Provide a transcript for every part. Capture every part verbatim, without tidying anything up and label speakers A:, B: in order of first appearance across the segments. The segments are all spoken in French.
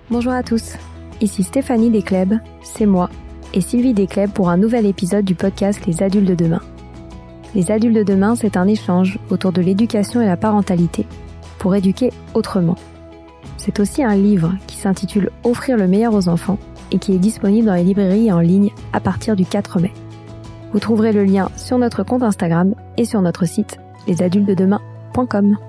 A: Bonjour à tous, ici Stéphanie Descleb, c'est moi, et Sylvie Descleb pour un nouvel épisode du podcast Les Adultes de demain. Les Adultes de demain, c'est un échange autour de l'éducation et la parentalité, pour éduquer autrement. C'est aussi un livre qui s'intitule « Offrir le meilleur aux enfants » et qui est disponible dans les librairies et en ligne à partir du quatre mai. Vous trouverez le lien sur notre compte Instagram et sur notre site les adultes de demain point com.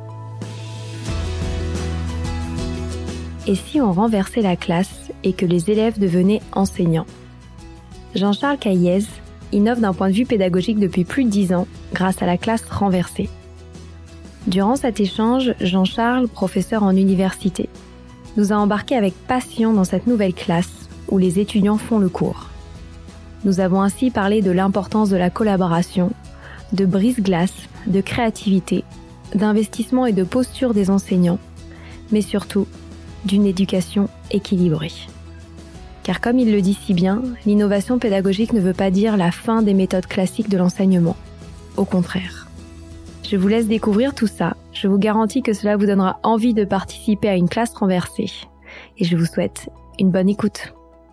A: Et si on renversait la classe et que les élèves devenaient enseignants ? Jean-Charles Caillez innove d'un point de vue pédagogique depuis plus de dix ans grâce à la classe renversée. Durant cet échange, Jean-Charles, professeur en université, nous a embarqués avec passion dans cette nouvelle classe où les étudiants font le cours. Nous avons ainsi parlé de l'importance de la collaboration, de brise-glace, de créativité, d'investissement et de posture des enseignants, mais surtout d'une éducation équilibrée. Car comme il le dit si bien, l'innovation pédagogique ne veut pas dire la fin des méthodes classiques de l'enseignement. Au contraire. Je vous laisse découvrir tout ça. Je vous garantis que cela vous donnera envie de participer à une classe renversée. Et je vous souhaite une bonne écoute.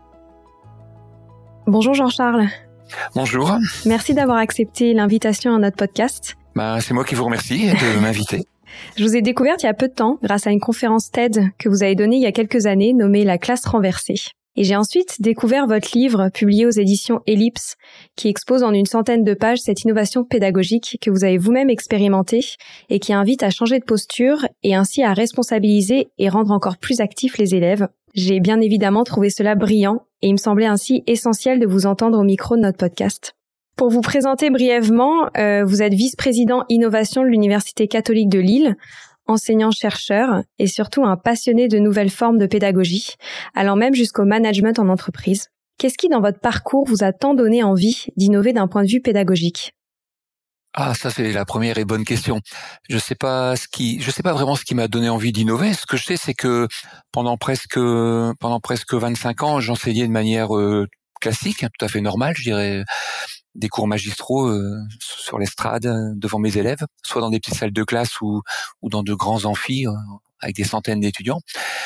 A: Bonjour Jean-Charles.
B: Bonjour.
A: Merci d'avoir accepté l'invitation à notre podcast.
B: Bah, c'est moi qui vous remercie de m'inviter.
A: Je vous ai découverte il y a peu de temps grâce à une conférence TED que vous avez donnée il y a quelques années nommée La classe renversée. Et j'ai ensuite découvert votre livre publié aux éditions Ellipse qui expose en une centaine de pages cette innovation pédagogique que vous avez vous-même expérimentée et qui invite à changer de posture et ainsi à responsabiliser et rendre encore plus actifs les élèves. J'ai bien évidemment trouvé cela brillant et il me semblait ainsi essentiel de vous entendre au micro de notre podcast. Pour vous présenter brièvement, euh, vous êtes vice-président innovation de l'Université catholique de Lille, enseignant-chercheur et surtout un passionné de nouvelles formes de pédagogie, allant même jusqu'au management en entreprise. Qu'est-ce qui, dans votre parcours, vous a tant donné envie d'innover d'un point de vue pédagogique ?
B: Ah, ça c'est la première et bonne question. Je sais pas ce qui, je sais pas vraiment ce qui m'a donné envie d'innover. Ce que je sais, c'est que pendant presque, pendant presque vingt-cinq ans, j'enseignais de manière euh, classique, hein, tout à fait normale, je dirais, des cours magistraux euh, sur l'estrade euh, devant mes élèves, soit dans des petites salles de classe ou, ou dans de grands amphis euh, avec des centaines d'étudiants.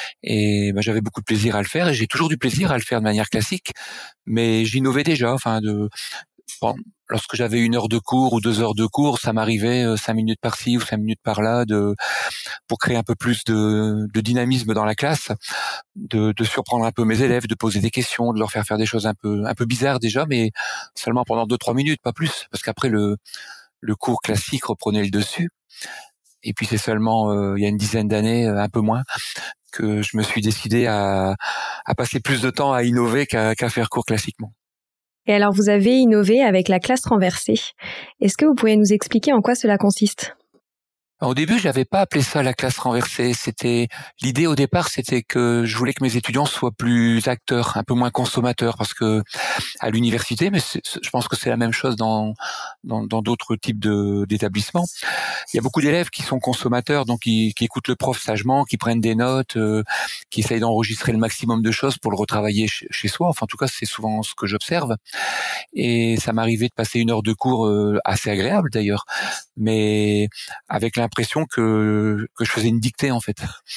B: Et ben, j'avais beaucoup de plaisir à le faire et j'ai toujours du plaisir à le faire de manière classique, mais j'innovais déjà. Enfin, de bon, lorsque j'avais une heure de cours ou deux heures de cours, ça m'arrivait euh, cinq minutes par-ci ou cinq minutes par-là de pour créer un peu plus de, de dynamisme dans la classe, de, de surprendre un peu mes élèves, de poser des questions, de leur faire faire des choses un peu un peu bizarres déjà, mais seulement pendant deux trois minutes, pas plus, parce qu'après le le cours classique reprenait le dessus. Et puis c'est seulement euh, il y a une dizaine d'années, euh, un peu moins, que je me suis décidé à à passer plus de temps à innover qu'à, qu'à faire cours classiquement.
A: Et alors vous avez innové avec la classe renversée. Est-ce que vous pourriez nous expliquer en quoi cela consiste ?
B: Au début, je n'avais pas appelé ça la classe renversée. C'était l'idée au départ, c'était que je voulais que mes étudiants soient plus acteurs, un peu moins consommateurs, parce que à l'université, mais c'est, je pense que c'est la même chose dans dans, dans d'autres types de d'établissements. Il y a beaucoup d'élèves qui sont consommateurs, donc qui, qui écoutent le prof sagement, qui prennent des notes, euh, qui essayent d'enregistrer le maximum de choses pour le retravailler chez, chez soi. Enfin, en tout cas, c'est souvent ce que j'observe. Et ça m'arrivait de passer une heure de cours euh, assez agréable d'ailleurs, mais avec l'impression que que je faisais une dictée en fait.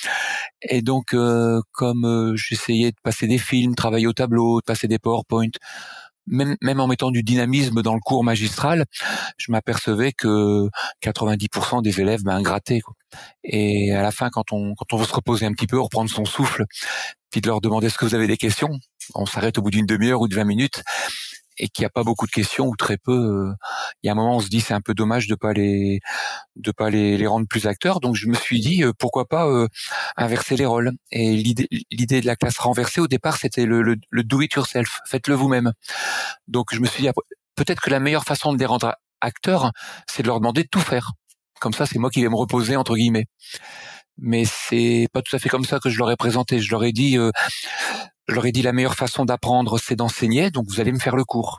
B: Et donc, euh, comme euh, j'essayais de passer des films, travailler au tableau, de passer des PowerPoint, même même en mettant du dynamisme dans le cours magistral, je m'apercevais que quatre-vingt-dix pour cent des élèves ben grattaient quoi. Et à la fin, quand on quand on veut se reposer un petit peu, reprendre son souffle, puis de leur demander est-ce que vous avez des questions, on s'arrête au bout d'une demi-heure ou de vingt minutes. Et qu'il n'y a pas beaucoup de questions ou très peu, euh, il y a un moment on se dit c'est un peu dommage de pas les de pas les, les rendre plus acteurs. Donc je me suis dit euh, pourquoi pas euh, inverser les rôles. Et l'idée l'idée de la classe renversée au départ c'était le, le, le do it yourself, faites-le vous-même. Donc je me suis dit peut-être que la meilleure façon de les rendre acteurs, c'est de leur demander de tout faire. Comme ça c'est moi qui vais me reposer entre guillemets. Mais c'est pas tout à fait comme ça que je leur ai présenté. Je leur ai dit euh, Je leur ai dit la meilleure façon d'apprendre, c'est d'enseigner, donc vous allez me faire le cours.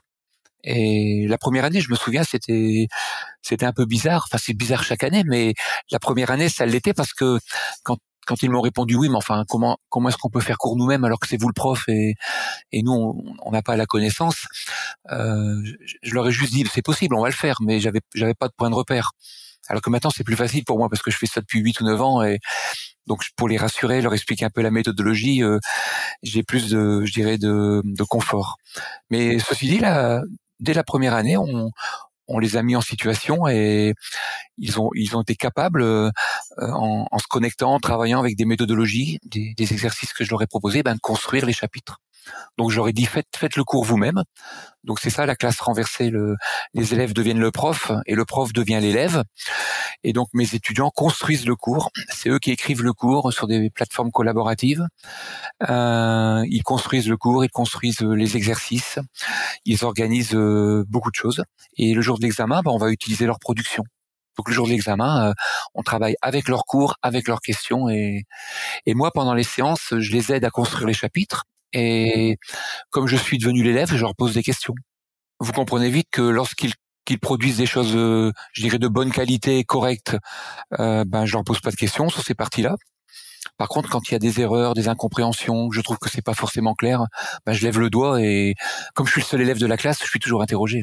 B: Et la première année, je me souviens, c'était c'était un peu bizarre. Enfin, c'est bizarre chaque année, mais la première année, ça l'était parce que quand quand ils m'ont répondu oui, mais enfin, comment comment est-ce qu'on peut faire cours nous-mêmes alors que c'est vous le prof et et nous on n'a pas la connaissance. Euh, je, je leur ai juste dit c'est possible, on va le faire, mais j'avais j'avais pas de point de repère. Alors que maintenant, c'est plus facile pour moi parce que je fais ça depuis huit ou neuf ans et Donc pour les rassurer, leur expliquer un peu la méthodologie, euh, j'ai plus de, je dirais, de, de confort. Mais ceci dit, là, dès la première année, on, on les a mis en situation et ils ont, ils ont été capables, euh, en, en se connectant, en travaillant avec des méthodologies, des, des exercices que je leur ai proposés, ben, de construire les chapitres. Donc j'aurais dit faites, faites le cours vous-même. Donc c'est ça la classe renversée. Le, les élèves deviennent le prof et le prof devient l'élève. Et donc mes étudiants construisent le cours. C'est eux qui écrivent le cours sur des plateformes collaboratives. Euh, ils construisent le cours, ils construisent les exercices, ils organisent euh, beaucoup de choses. Et le jour de l'examen, ben, on va utiliser leur production. Donc le jour de l'examen, euh, on travaille avec leurs cours, avec leurs questions. Et, et moi, pendant les séances, je les aide à construire les chapitres. Et comme je suis devenu l'élève, je leur pose des questions. Vous comprenez vite que lorsqu'ils qu'ils produisent des choses, euh, je dirais, de bonne qualité, correctes, euh, ben je leur pose pas de questions sur ces parties-là. Par contre, quand il y a des erreurs, des incompréhensions, je trouve que c'est pas forcément clair, ben je lève le doigt et comme je suis le seul élève de la classe, je suis toujours interrogé.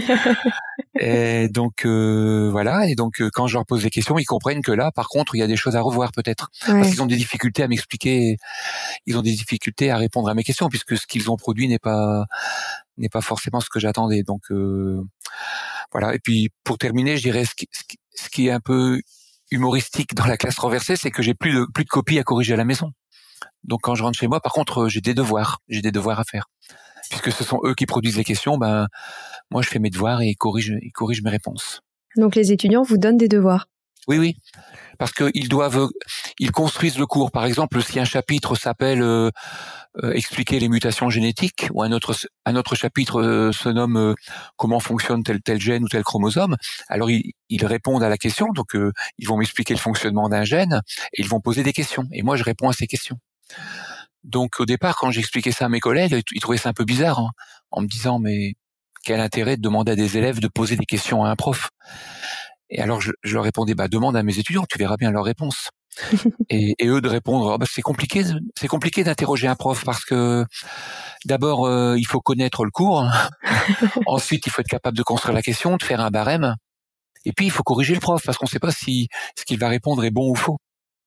B: Et donc euh, voilà. Et donc euh, quand je leur pose des questions, ils comprennent que là, par contre, il y a des choses à revoir peut-être, ouais. Parce qu'ils ont des difficultés à m'expliquer. Ils ont des difficultés à répondre à mes questions puisque ce qu'ils ont produit n'est pas n'est pas forcément ce que j'attendais. Donc euh, voilà. Et puis pour terminer, je dirais ce qui, ce qui, ce qui est un peu humoristique dans la classe renversée, c'est que j'ai plus de plus de copies à corriger à la maison. Donc quand je rentre chez moi, par contre, j'ai des devoirs, j'ai des devoirs à faire. Puisque ce sont eux qui produisent les questions, ben moi je fais mes devoirs et ils corrigent, ils corrigent mes réponses.
A: Donc les étudiants vous donnent des devoirs.
B: Oui, oui, parce que ils doivent, ils construisent le cours. Par exemple, si un chapitre s'appelle euh, euh, expliquer les mutations génétiques, ou un autre, un autre chapitre euh, se nomme euh, comment fonctionne tel tel gène ou tel chromosome, alors ils, ils répondent à la question. Donc euh, ils vont m'expliquer le fonctionnement d'un gène et ils vont poser des questions. Et moi je réponds à ces questions. Donc au départ, quand j'expliquais ça à mes collègues, ils trouvaient ça un peu bizarre, hein, en me disant mais quel intérêt de demander à des élèves de poser des questions à un prof. Et alors je, je leur répondais bah demande à mes étudiants, tu verras bien leurs réponses. et, et eux de répondre oh, bah c'est compliqué, c'est compliqué d'interroger un prof parce que d'abord euh, il faut connaître le cours, ensuite il faut être capable de construire la question, de faire un barème, et puis il faut corriger le prof parce qu'on ne sait pas si ce qu'il va répondre est bon ou faux.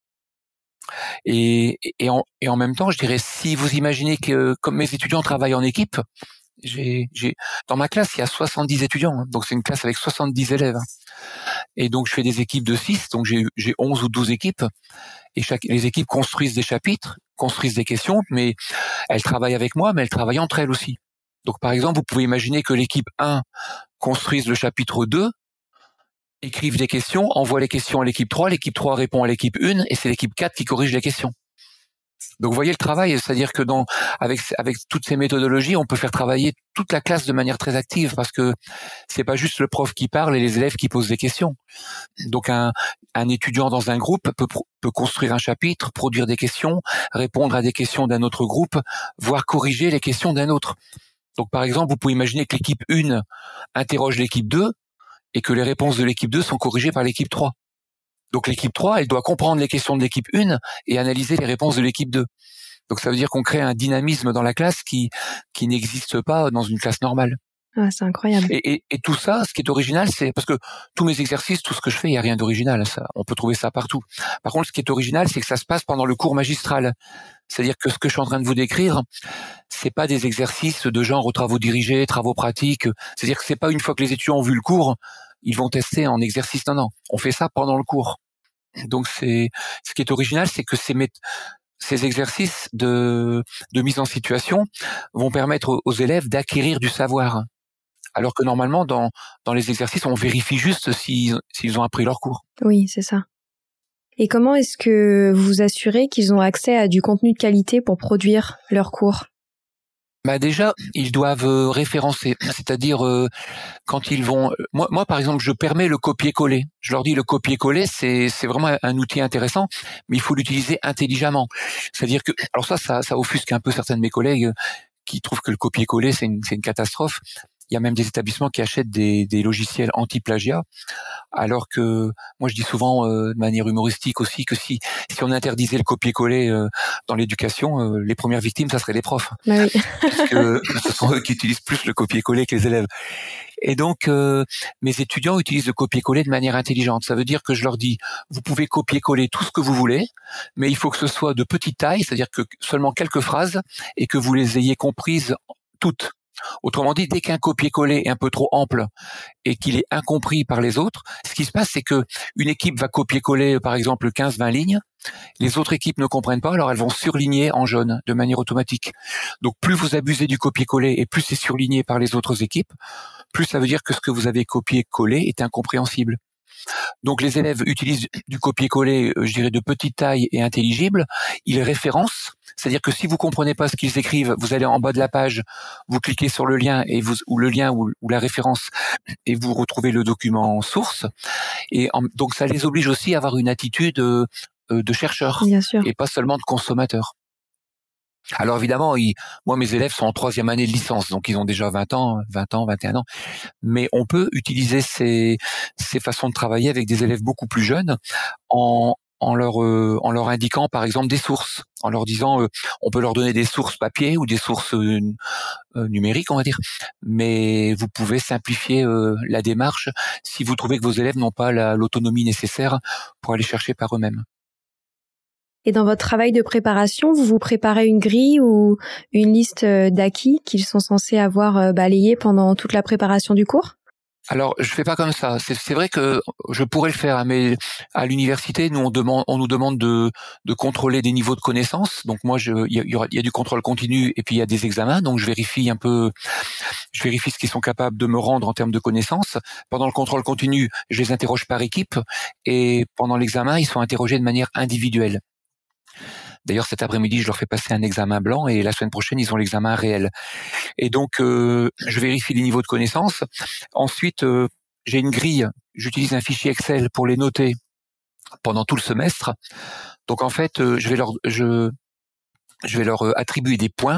B: Et, et, en, et en même temps, je dirais, si vous imaginez que comme mes étudiants travaillent en équipe, j'ai, j'ai dans ma classe, il y a soixante-dix étudiants, hein, donc c'est une classe avec soixante-dix élèves. Et donc je fais des équipes de six, donc j'ai, j'ai onze ou douze équipes, et chaque, les équipes construisent des chapitres, construisent des questions, mais elles travaillent avec moi, mais elles travaillent entre elles aussi. Donc par exemple, vous pouvez imaginer que l'équipe un construise le chapitre deux, écrivent des questions, envoient les questions à l'équipe trois, l'équipe trois répond à l'équipe un, et c'est l'équipe quatre qui corrige les questions. Donc vous voyez le travail, c'est-à-dire que dans avec avec toutes ces méthodologies, on peut faire travailler toute la classe de manière très active parce que c'est pas juste le prof qui parle et les élèves qui posent des questions. Donc un un étudiant dans un groupe peut peut construire un chapitre, produire des questions, répondre à des questions d'un autre groupe, voire corriger les questions d'un autre. Donc par exemple, vous pouvez imaginer que l'équipe un interroge l'équipe deux et que les réponses de l'équipe deux sont corrigées par l'équipe trois. Donc l'équipe trois, elle doit comprendre les questions de l'équipe un et analyser les réponses de l'équipe deux. Donc ça veut dire qu'on crée un dynamisme dans la classe qui qui n'existe pas dans une classe normale.
A: Ah, c'est incroyable.
B: Et, et, et tout ça, ce qui est original, c'est parce que tous mes exercices, tout ce que je fais, il n'y a rien d'original. Ça, on peut trouver ça partout. Par contre, ce qui est original, c'est que ça se passe pendant le cours magistral. C'est-à-dire que ce que je suis en train de vous décrire, c'est pas des exercices de genre travaux dirigés, travaux pratiques. C'est-à-dire que c'est pas une fois que les étudiants ont vu le cours, ils vont tester en exercice. Non, non. On fait ça pendant le cours. Donc c'est ce qui est original, c'est que ces mét- ces exercices de de mise en situation vont permettre aux, aux élèves d'acquérir du savoir, alors que normalement dans dans les exercices on vérifie juste s'ils s'ils ont appris leur cours.
A: Oui, c'est ça. Et comment est-ce que vous vous assurez qu'ils ont accès à du contenu de qualité pour produire leurs cours ?
B: Bah déjà, ils doivent euh, référencer, c'est-à-dire euh, quand ils vont, moi, moi par exemple, je permets le copier-coller. Je leur dis le copier-coller, c'est c'est vraiment un, un outil intéressant, mais il faut l'utiliser intelligemment. C'est-à-dire que, alors ça, ça, ça offusque un peu certains de mes collègues qui trouvent que le copier-coller c'est une c'est une catastrophe. il y a même des établissements qui achètent des, des logiciels anti-plagiat, alors que moi je dis souvent euh, de manière humoristique aussi que si si on interdisait le copier-coller euh, dans l'éducation, euh, les premières victimes ça serait les profs,
A: Bah oui.
B: puisque ce sont eux qui utilisent plus le copier-coller que les élèves. Et donc, euh, mes étudiants utilisent le copier-coller de manière intelligente. Ça veut dire que je leur dis, vous pouvez copier-coller tout ce que vous voulez, mais il faut que ce soit de petite taille, c'est-à-dire que seulement quelques phrases et que vous les ayez comprises toutes. Autrement dit, dès qu'un copier-coller est un peu trop ample et qu'il est incompris par les autres, ce qui se passe, c'est que une équipe va copier-coller, par exemple, quinze vingt lignes. Les autres équipes ne comprennent pas, alors elles vont surligner en jaune de manière automatique. Donc, plus vous abusez du copier-coller et plus c'est surligné par les autres équipes, plus ça veut dire que ce que vous avez copié-collé est incompréhensible. Donc les élèves utilisent du copier-coller, je dirais, de petite taille et intelligible. Ils référencent, c'est-à-dire que si vous comprenez pas ce qu'ils écrivent, vous allez en bas de la page, vous cliquez sur le lien et vous ou le lien ou, ou la référence et vous retrouvez le document source. Et en, donc ça les oblige aussi à avoir une attitude euh, de chercheur et pas seulement de consommateur. Alors évidemment, ils, moi mes élèves sont en troisième année de licence, donc ils ont déjà vingt ans, vingt ans, vingt et un ans. Mais on peut utiliser ces, ces façons de travailler avec des élèves beaucoup plus jeunes en, en leur, euh, en leur indiquant par exemple des sources, en leur disant, euh, on peut leur donner des sources papier ou des sources euh, euh, numériques, on va dire. Mais vous pouvez simplifier euh, la démarche si vous trouvez que vos élèves n'ont pas la, l'autonomie nécessaire pour aller chercher par eux-mêmes.
A: Et dans votre travail de préparation, vous vous préparez une grille ou une liste d'acquis qu'ils sont censés avoir balayé pendant toute la préparation du cours ?
B: Alors, je fais pas comme ça. C'est, c'est vrai que je pourrais le faire, mais à l'université, nous on demande, on nous demande de, de contrôler des niveaux de connaissances. Donc moi, je, il y a, il y a du contrôle continu et puis il y a des examens. Donc je vérifie un peu, je vérifie ce qu'ils sont capables de me rendre en termes de connaissances. Pendant le contrôle continu, je les interroge par équipe et pendant l'examen, ils sont interrogés de manière individuelle. D'ailleurs, cet après-midi, je leur fais passer un examen blanc et la semaine prochaine, ils ont l'examen réel. Et donc, euh, je vérifie les niveaux de connaissances. Ensuite, euh, j'ai une grille. J'utilise un fichier Excel pour les noter pendant tout le semestre. Donc, en fait, euh, je vais leur, je, je vais leur attribuer des points.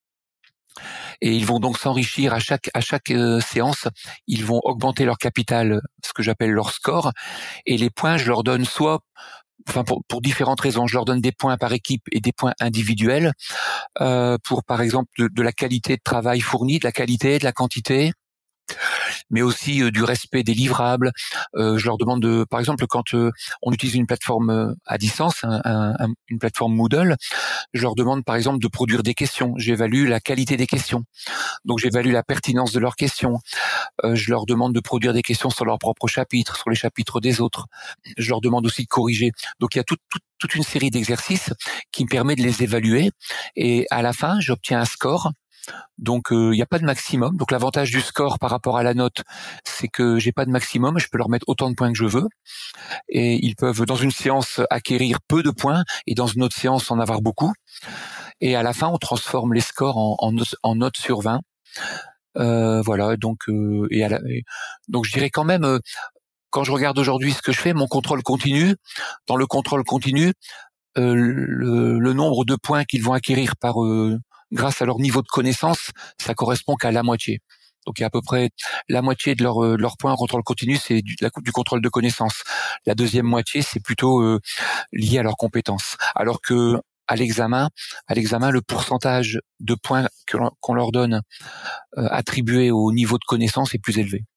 B: Et ils vont donc s'enrichir à chaque à chaque euh, séance. Ils vont augmenter leur capital, ce que j'appelle leur score. Et les points, je leur donne soit Enfin, pour, pour différentes raisons, je leur donne des points par équipe et des points individuels euh, pour, par exemple, de, de la qualité de travail fourni, de la qualité, de la quantité, mais aussi euh, du respect des livrables. Euh, je leur demande de, par exemple, quand euh, on utilise une plateforme euh, à distance, un, un, une plateforme Moodle, je leur demande, par exemple, de produire des questions. J'évalue la qualité des questions, donc j'évalue la pertinence de leurs questions. Euh, je leur demande de produire des questions sur leur propre chapitre, sur les chapitres des autres. Je leur demande aussi de corriger. Donc il y a toute toute toute une série d'exercices qui me permet de les évaluer. Et à la fin, j'obtiens un score. Donc euh, il n'y a pas de maximum. Donc l'avantage du score par rapport à la note, c'est que j'ai pas de maximum. Je peux leur mettre autant de points que je veux. Et ils peuvent dans une séance acquérir peu de points et dans une autre séance en avoir beaucoup. Et à la fin, on transforme les scores en, en, en notes sur vingt. Euh, voilà, donc euh, et, à la, et donc je dirais quand même, euh, quand je regarde aujourd'hui ce que je fais, mon contrôle continu, dans le contrôle continu, euh, le, le nombre de points qu'ils vont acquérir par euh, grâce à leur niveau de connaissance, ça correspond qu'à la moitié. Donc il y a à peu près la moitié de leurs euh, leur points en contrôle continu, c'est du, la, du contrôle de connaissance. La deuxième moitié, c'est plutôt euh, lié à leurs compétences. Alors que à l'examen, à l'examen, le pourcentage de points que l'on, qu'on leur donne euh, attribués au niveau de connaissance est plus élevé.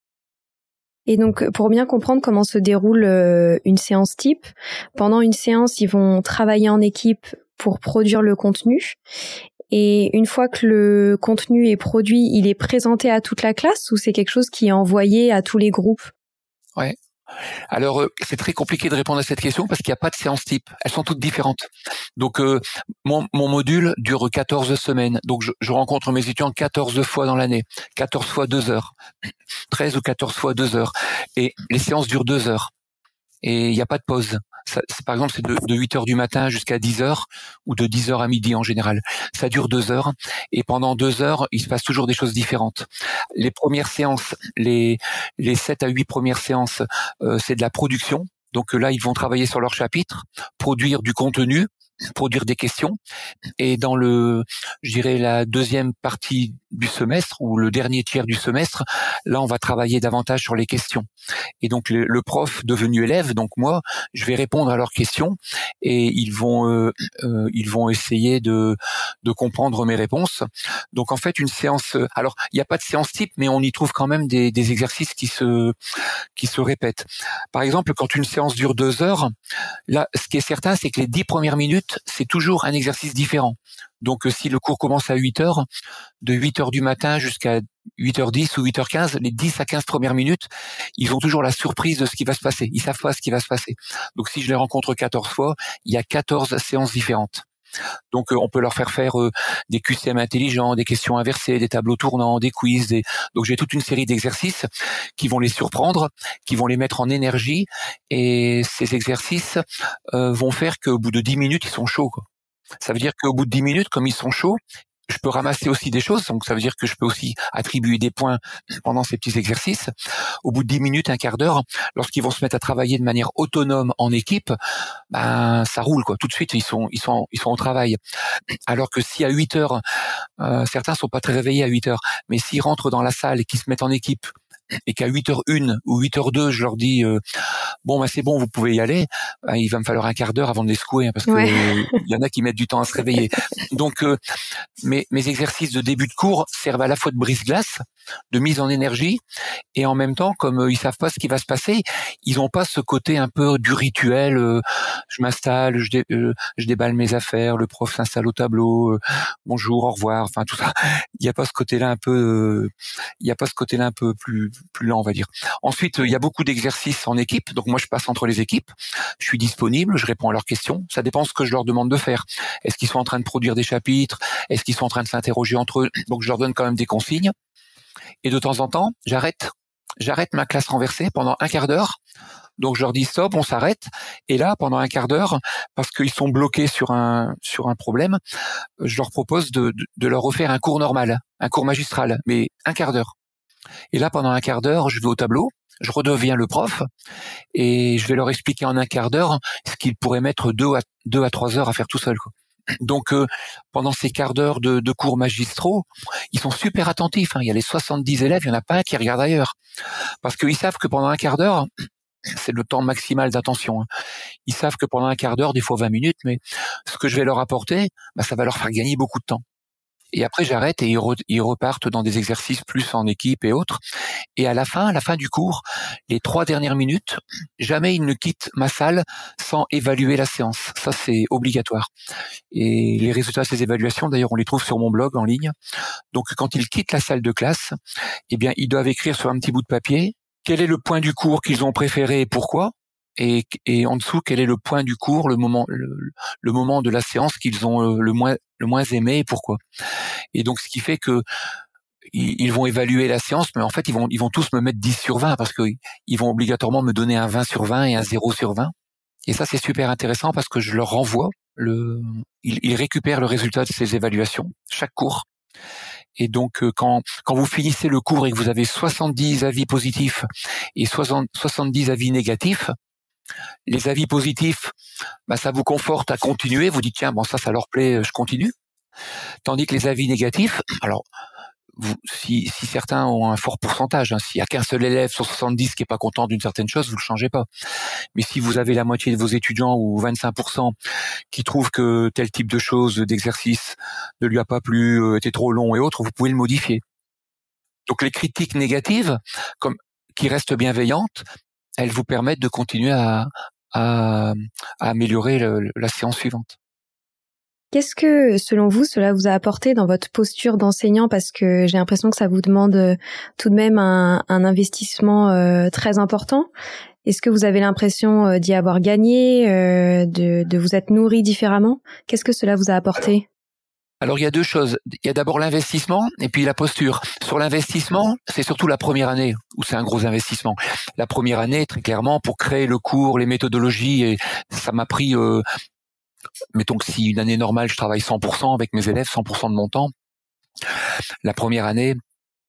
A: Et donc, pour bien comprendre comment se déroule euh, une séance type, pendant une séance, ils vont travailler en équipe pour produire le contenu. Et une fois que le contenu est produit, il est présenté à toute la classe ou c'est quelque chose qui est envoyé à tous les groupes ?
B: Ouais. Alors, euh, c'est très compliqué de répondre à cette question parce qu'il n'y a pas de séance type. Elles sont toutes différentes. Donc, euh, mon, mon module dure quatorze semaines. Donc, je, je rencontre mes étudiants quatorze fois dans l'année. quatorze fois deux heures. treize ou quatorze fois deux heures. Et les séances durent deux heures. Et il n'y a pas de pause. Ça, c'est, par exemple, c'est de, de huit heures du matin jusqu'à dix heures ou de dix heures à midi en général. Ça dure deux heures et pendant deux heures, il se passe toujours des choses différentes. Les premières séances, les les sept à huit premières séances, euh, c'est de la production. Donc là, ils vont travailler sur leur chapitre, produire du contenu, produire des questions. Et dans le, je dirais la deuxième partie du semestre ou le dernier tiers du semestre, là on va travailler davantage sur les questions. Et donc le, le prof devenu élève, donc moi, je vais répondre à leurs questions et ils vont euh, euh, ils vont essayer de de comprendre mes réponses. Donc en fait une séance, alors il n'y a pas de séance type, mais on y trouve quand même des, des exercices qui se qui se répètent. Par exemple, quand une séance dure deux heures, là, ce qui est certain, c'est que les dix premières minutes, c'est toujours un exercice différent. Donc, si le cours commence à huit heures, de huit heures du matin jusqu'à huit heures dix ou huit heures quinze, les dix à quinze premières minutes, ils ont toujours la surprise de ce qui va se passer. Ils savent pas ce qui va se passer. Donc, si je les rencontre quatorze fois, il y a quatorze séances différentes. Donc, euh, on peut leur faire faire euh, des Q C M intelligents, des questions inversées, des tableaux tournants, des quiz. Des... Donc, j'ai toute une série d'exercices qui vont les surprendre, qui vont les mettre en énergie. Et ces exercices euh, vont faire qu'au bout de dix minutes, ils sont chauds, quoi. Ça veut dire qu'au bout de dix minutes, comme ils sont chauds, je peux ramasser aussi des choses. Donc, ça veut dire que je peux aussi attribuer des points pendant ces petits exercices. Au bout de dix minutes, un quart d'heure, lorsqu'ils vont se mettre à travailler de manière autonome en équipe, ben, ça roule, quoi. Tout de suite, ils sont, ils sont, ils sont au travail. Alors que si à huit heures, euh, certains sont pas très réveillés à huit heures, mais s'ils rentrent dans la salle et qu'ils se mettent en équipe, et qu'à huit heures une ou huit heures deux, je leur dis euh, bon bah c'est bon, vous pouvez y aller, ben, il va me falloir un quart d'heure avant de les secouer, hein, parce que
A: Ouais.
B: il y en a qui mettent du temps à se réveiller. Donc euh, mes, mes exercices de début de cours servent à la fois de brise-glace, de mise en énergie, et en même temps, comme euh, ils savent pas ce qui va se passer, ils ont pas ce côté un peu du rituel. Euh, je m'installe, je, dé, euh, je déballe mes affaires, le prof s'installe au tableau, euh, bonjour, au revoir, enfin tout ça. Il y a pas ce côté-là un peu, euh, il y a pas ce côté-là un peu plus plus lent, on va dire. Ensuite, il y a beaucoup d'exercices en équipe, donc moi je passe entre les équipes, je suis disponible, je réponds à leurs questions, ça dépend ce que je leur demande de faire. Est-ce qu'ils sont en train de produire des chapitres? Est-ce qu'ils sont en train de s'interroger entre eux? Donc je leur donne quand même des consignes. Et de temps en temps, j'arrête, j'arrête ma classe renversée pendant un quart d'heure. Donc je leur dis stop, on s'arrête. Et là, pendant un quart d'heure, parce qu'ils sont bloqués sur un sur un problème, je leur propose de, de, de leur refaire un cours normal, un cours magistral, mais un quart d'heure. Et là, pendant un quart d'heure, je vais au tableau, je redeviens le prof, et je vais leur expliquer en un quart d'heure ce qu'ils pourraient mettre deux à deux à trois heures à faire tout seul, quoi. Donc, euh, pendant ces quarts d'heure de, de cours magistraux, ils sont super attentifs, hein. Il y a les soixante-dix élèves, il y en a pas un qui regarde ailleurs, parce qu'ils savent que pendant un quart d'heure, c'est le temps maximal d'attention, hein. Ils savent que pendant un quart d'heure, des fois vingt minutes, mais ce que je vais leur apporter, bah, ça va leur faire gagner beaucoup de temps. Et après, j'arrête et ils, re, ils repartent dans des exercices plus en équipe et autres. Et à la fin, à la fin du cours, les trois dernières minutes, jamais ils ne quittent ma salle sans évaluer la séance. Ça, c'est obligatoire. Et les résultats de ces évaluations, d'ailleurs, on les trouve sur mon blog en ligne. Donc, quand ils quittent la salle de classe, eh bien, ils doivent écrire sur un petit bout de papier quel est le point du cours qu'ils ont préféré et pourquoi. Et, et en dessous, quel est le point du cours, le moment, le, le moment de la séance qu'ils ont le moins, le moins aimé et pourquoi. Et donc, ce qui fait que ils, ils vont évaluer la séance, mais en fait, ils vont, ils vont tous me mettre dix sur vingt parce que ils vont obligatoirement me donner un vingt sur vingt et un zéro sur vingt. Et ça, c'est super intéressant parce que je leur renvoie le, ils, ils récupèrent le résultat de ces évaluations chaque cours. Et donc, quand, quand vous finissez le cours et que vous avez soixante-dix avis positifs et soixante, soixante-dix avis négatifs, les avis positifs, bah, ça vous conforte à continuer. Vous dites, tiens, bon, ça, ça leur plaît, je continue. Tandis que les avis négatifs, alors, vous, si, si certains ont un fort pourcentage, hein, s'il y a qu'un seul élève sur soixante-dix qui est pas content d'une certaine chose, vous le changez pas. Mais si vous avez la moitié de vos étudiants ou vingt-cinq pour cent qui trouvent que tel type de chose, d'exercice ne lui a pas plu, euh, était trop long et autres, vous pouvez le modifier. Donc les critiques négatives, comme qui restent bienveillantes, elles vous permettent de continuer à, à, à améliorer le, la séance suivante.
A: Qu'est-ce que, selon vous, cela vous a apporté dans votre posture d'enseignant? Parce que j'ai l'impression que ça vous demande euh, tout de même un, un investissement euh, très important. Est-ce que vous avez l'impression euh, d'y avoir gagné, euh, de, de vous être nourri différemment? Qu'est-ce que cela vous a apporté?
B: Alors, il y a deux choses. Il y a d'abord l'investissement et puis la posture. Sur l'investissement, c'est surtout la première année où c'est un gros investissement. La première année, très clairement, pour créer le cours, les méthodologies, et ça m'a pris... Euh, mettons que si une année normale, je travaille cent pour cent avec mes élèves, cent pour cent de mon temps. La première année,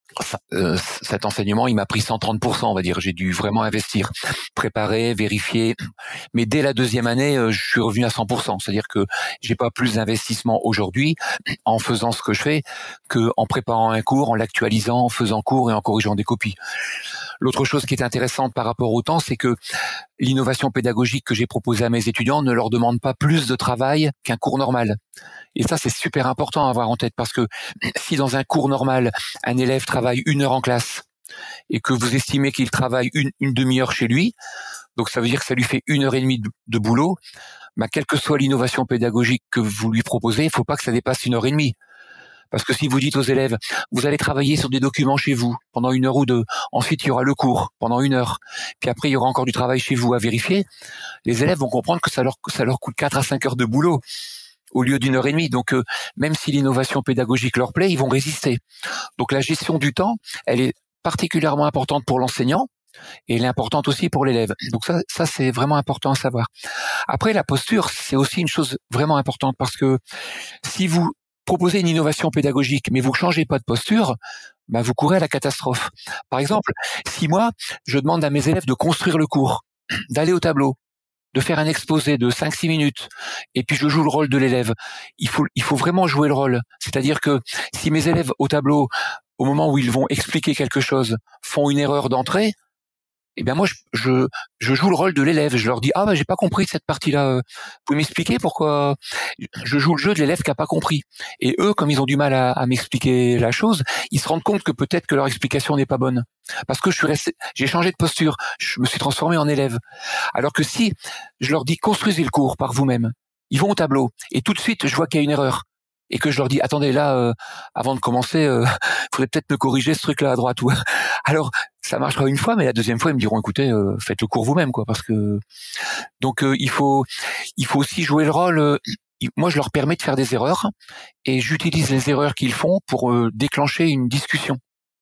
B: Ça, euh, cet enseignement, il m'a pris cent trente pour cent, on va dire. J'ai dû vraiment investir, préparer, vérifier. Mais dès la deuxième année, euh, je suis revenu à cent pour cent. C'est-à-dire que j'ai pas plus d'investissement aujourd'hui en faisant ce que je fais que en préparant un cours, en l'actualisant, en faisant cours et en corrigeant des copies. L'autre chose qui est intéressante par rapport au temps, c'est que l'innovation pédagogique que j'ai proposée à mes étudiants ne leur demande pas plus de travail qu'un cours normal. Et ça, c'est super important à avoir en tête parce que si dans un cours normal, un élève travaille une heure en classe et que vous estimez qu'il travaille une, une demi-heure chez lui, donc ça veut dire que ça lui fait une heure et demie de, de boulot, bah, quelle que soit l'innovation pédagogique que vous lui proposez, il faut pas que ça dépasse une heure et demie. Parce que si vous dites aux élèves, vous allez travailler sur des documents chez vous pendant une heure ou deux, ensuite il y aura le cours pendant une heure, puis après il y aura encore du travail chez vous à vérifier, les élèves vont comprendre que ça leur, ça leur coûte quatre à cinq heures de boulot au lieu d'une heure et demie. Donc, euh, même si l'innovation pédagogique leur plaît, ils vont résister. Donc, la gestion du temps, elle est particulièrement importante pour l'enseignant et elle est importante aussi pour l'élève. Donc, ça, ça c'est vraiment important à savoir. Après, la posture, c'est aussi une chose vraiment importante parce que si vous proposez une innovation pédagogique, mais vous changez pas de posture, bah, vous courez à la catastrophe. Par exemple, si moi, je demande à mes élèves de construire le cours, d'aller au tableau, de faire un exposé de cinq six minutes, et puis je joue le rôle de l'élève. Il faut, il faut vraiment jouer le rôle. C'est-à-dire que si mes élèves au tableau, au moment où ils vont expliquer quelque chose, font une erreur d'entrée, eh bien moi je, je, je joue le rôle de l'élève. Je leur dis ah bah j'ai pas compris cette partie-là. Vous pouvez m'expliquer pourquoi? Je joue le jeu de l'élève qui a pas compris. Et eux, comme ils ont du mal à, à m'expliquer la chose, ils se rendent compte que peut-être que leur explication n'est pas bonne. Parce que je suis resté, j'ai changé de posture, je me suis transformé en élève. Alors que si je leur dis construisez le cours par vous-même, ils vont au tableau et tout de suite je vois qu'il y a une erreur et que je leur dis attendez là, euh, avant de commencer, euh, faudrait peut-être me corriger ce truc-là à droite. Ou alors ça marchera une fois, mais la deuxième fois ils me diront écoutez, euh, faites le cours vous-même quoi, parce que donc euh, il faut il faut aussi jouer le rôle. Euh, moi je leur permets de faire des erreurs et j'utilise les erreurs qu'ils font pour euh, déclencher une discussion.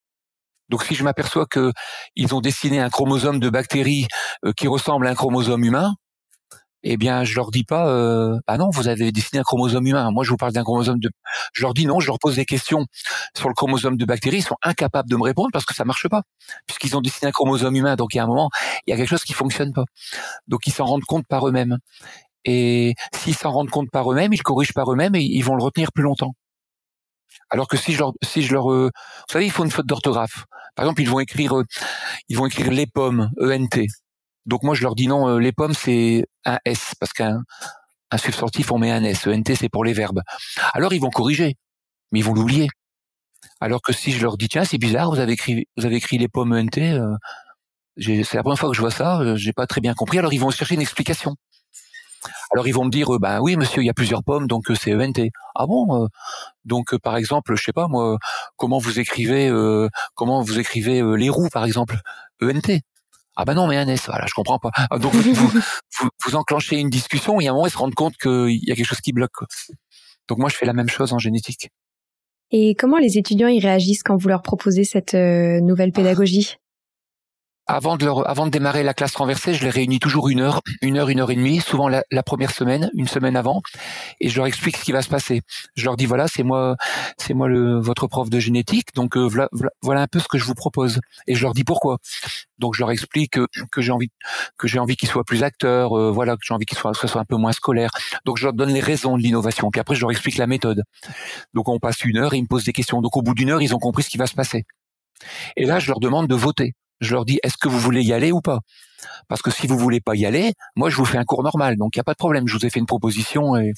B: Donc si je m'aperçois que ils ont dessiné un chromosome de bactéries euh, qui ressemble à un chromosome humain, eh bien je leur dis pas euh, ah non vous avez dessiné un chromosome humain. Moi je vous parle d'un chromosome de. Je leur dis non, je leur pose des questions sur le chromosome de bactéries, ils sont incapables de me répondre parce que ça marche pas puisqu'ils ont dessiné un chromosome humain. Donc il y a un moment il y a quelque chose qui fonctionne pas. Donc ils s'en rendent compte par eux-mêmes. Et s'ils s'en rendent compte par eux-mêmes, ils corrigent par eux-mêmes et ils vont le retenir plus longtemps. Alors que si je leur, si je leur, euh, vous savez, ils font une faute d'orthographe. Par exemple, ils vont écrire, euh, ils vont écrire les pommes, E N T. Donc moi, je leur dis non, euh, les pommes c'est un S parce qu'un un substantif on met un S. E N T c'est pour les verbes. Alors ils vont corriger, mais ils vont l'oublier. Alors que si je leur dis tiens, c'est bizarre, vous avez écrit, vous avez écrit les pommes E N T. Euh, j'ai, c'est la première fois que je vois ça, euh, j'ai pas très bien compris. Alors ils vont chercher une explication. Alors ils vont me dire, euh, ben oui monsieur, il y a plusieurs pommes, donc euh, c'est E N T. Ah bon euh, Donc euh, par exemple, je sais pas moi, comment vous écrivez, euh, comment vous écrivez euh, les roues par exemple, E N T. Ah ben non, mais un S, voilà, je comprends pas. Ah, donc vous, vous, vous, vous enclenchez une discussion et à un moment ils se rendent compte qu'il y a quelque chose qui bloque. Quoi. Donc moi je fais la même chose en génétique.
A: Et comment les étudiants y réagissent quand vous leur proposez cette euh, nouvelle pédagogie ?
B: Avant de leur, avant de démarrer la classe renversée, je les réunis toujours une heure, une heure, une heure et demie, souvent la, la première semaine, une semaine avant, et je leur explique ce qui va se passer. Je leur dis voilà, c'est moi, c'est moi le votre prof de génétique, donc euh, voilà, voilà un peu ce que je vous propose, et je leur dis pourquoi. Donc je leur explique que, que j'ai envie, que j'ai envie qu'ils soient plus acteurs, euh, voilà, que j'ai envie qu'ils soient, que ce soit un peu moins scolaire. Donc je leur donne les raisons de l'innovation, puis après je leur explique la méthode. Donc on passe une heure, et ils me posent des questions. Donc au bout d'une heure, ils ont compris ce qui va se passer. Et là, je leur demande de voter. Je leur dis, est-ce que vous voulez y aller ou pas? Parce que si vous voulez pas y aller, moi je vous fais un cours normal, donc il y a pas de problème. Je vous ai fait une proposition et,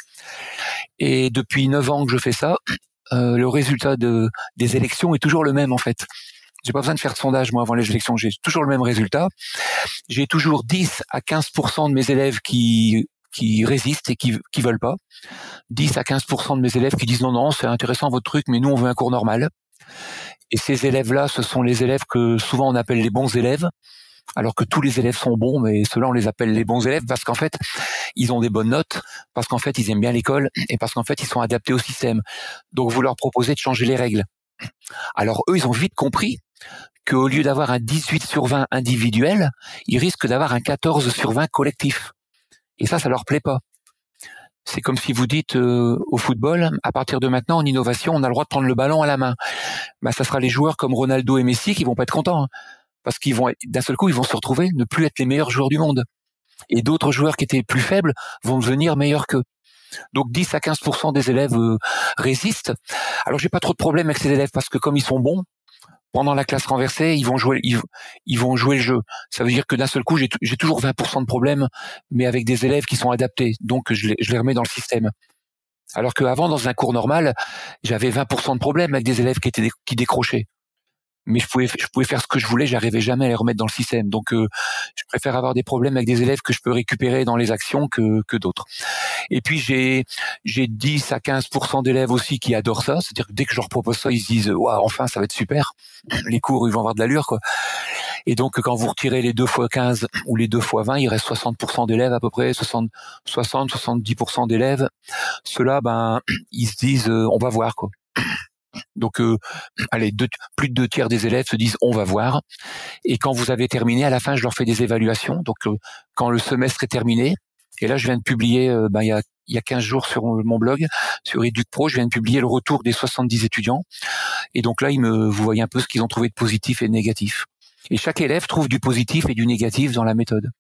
B: et depuis neuf ans que je fais ça, euh, le résultat de des élections est toujours le même en fait. J'ai pas besoin de faire de sondage moi avant les élections, j'ai toujours le même résultat. J'ai toujours dix à quinze pour cent de mes élèves qui qui résistent et qui qui veulent pas. dix à quinze pour cent de mes élèves qui disent non non, c'est intéressant votre truc, mais nous on veut un cours normal. Et ces élèves-là, ce sont les élèves que souvent on appelle les bons élèves, alors que tous les élèves sont bons, mais ceux-là on les appelle les bons élèves parce qu'en fait, ils ont des bonnes notes, parce qu'en fait, ils aiment bien l'école et parce qu'en fait, ils sont adaptés au système. Donc vous leur proposez de changer les règles. Alors eux, ils ont vite compris qu'au lieu d'avoir un dix-huit sur vingt individuel, ils risquent d'avoir un quatorze sur vingt collectif. Et ça, ça leur plaît pas. c'est comme si vous dites euh, au football, à partir de maintenant, en innovation, on a le droit de prendre le ballon à la main. Bah, ça sera les joueurs comme Ronaldo et Messi qui vont pas être contents, hein, parce qu'ils vont, d'un seul coup, ils vont se retrouver ne plus être les meilleurs joueurs du monde. Et d'autres joueurs qui étaient plus faibles vont devenir meilleurs qu'eux. Donc dix à quinze pour cent des élèves euh, résistent. Alors j'ai pas trop de problème avec ces élèves parce que comme ils sont bons, pendant la classe renversée, ils vont jouer, ils, ils vont jouer le jeu. Ça veut dire que d'un seul coup, j'ai, j'ai toujours vingt pour cent de problèmes, mais avec des élèves qui sont adaptés. Donc je les, je les remets dans le système. Alors qu'avant, dans un cours normal, j'avais vingt pour cent de problèmes avec des élèves qui étaient qui décrochaient. Mais je pouvais, je pouvais faire ce que je voulais, j'arrivais jamais à les remettre dans le système. Donc, euh, je préfère avoir des problèmes avec des élèves que je peux récupérer dans les actions que que d'autres. Et puis j'ai j'ai dix à quinze pour cent d'élèves aussi qui adorent ça, c'est-à-dire que dès que je leur propose ça, ils se disent waouh, enfin ça va être super. Les cours ils vont avoir de l'allure quoi. Et donc quand vous retirez les deux fois quinze ou les deux fois vingt, il reste soixante pour cent d'élèves à peu près, soixante soixante soixante-dix pour cent d'élèves. Ceux-là ben ils se disent euh, on va voir quoi. Donc, euh, allez, deux, plus de deux tiers des élèves se disent on va voir. Et quand vous avez terminé, à la fin, je leur fais des évaluations. Donc, euh, quand le semestre est terminé, et là, je viens de publier, euh, ben, il y a, il y a quinze jours sur mon blog, sur EducPro, je viens de publier le retour des soixante-dix étudiants. Et donc là, ils me, vous voyez un peu ce qu'ils ont trouvé de positif et de négatif. Et chaque élève trouve du positif et du négatif dans la méthode.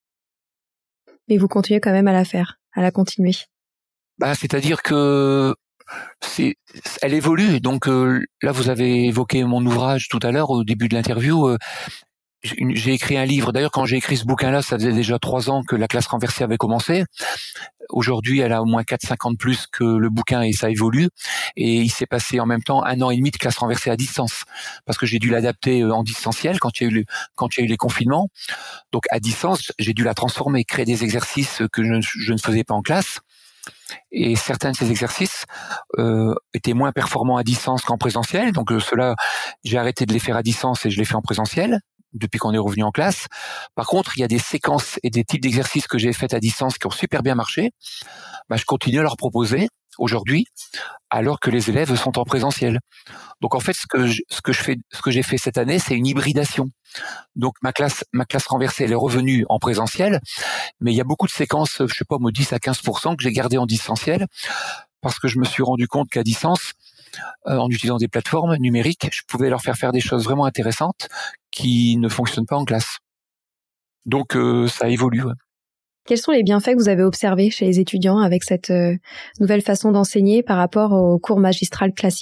A: Mais vous continuez quand même à la faire, à la continuer.
B: Ben, c'est-à-dire que c'est, elle évolue. Donc euh, là, vous avez évoqué mon ouvrage tout à l'heure au début de l'interview. Euh, j'ai écrit un livre. D'ailleurs, quand j'ai écrit ce bouquin-là, ça faisait déjà trois ans que la classe renversée avait commencé. Aujourd'hui, elle a au moins quatre cinq ans de plus que le bouquin et ça évolue. Et il s'est passé en même temps un an et demi de classe renversée à distance, parce que j'ai dû l'adapter en distanciel quand il y a eu le, quand il y a eu les confinements. Donc à distance, j'ai dû la transformer, créer des exercices que je, je ne faisais pas en classe. Et certains de ces exercices euh, étaient moins performants à distance qu'en présentiel. Donc euh, ceux-là, j'ai arrêté de les faire à distance et je les fais en présentiel depuis qu'on est revenu en classe. Par contre, il y a des séquences et des types d'exercices que j'ai faits à distance qui ont super bien marché. Bah, je continue à leur proposer aujourd'hui, alors que les élèves sont en présentiel. Donc en fait, ce que je, ce que je fais, ce que j'ai fait cette année, c'est une hybridation. Donc ma classe, ma classe renversée, elle est revenue en présentiel, mais il y a beaucoup de séquences, je sais pas, moi dix à quinze pour cent que j'ai gardé en distanciel, parce que je me suis rendu compte qu'à distance, euh, en utilisant des plateformes numériques, je pouvais leur faire faire des choses vraiment intéressantes qui ne fonctionnent pas en classe. Donc euh, ça évolue. Ouais.
A: Quels sont les bienfaits que vous avez observés chez les étudiants avec cette euh, nouvelle façon d'enseigner par rapport au cours magistral classique ?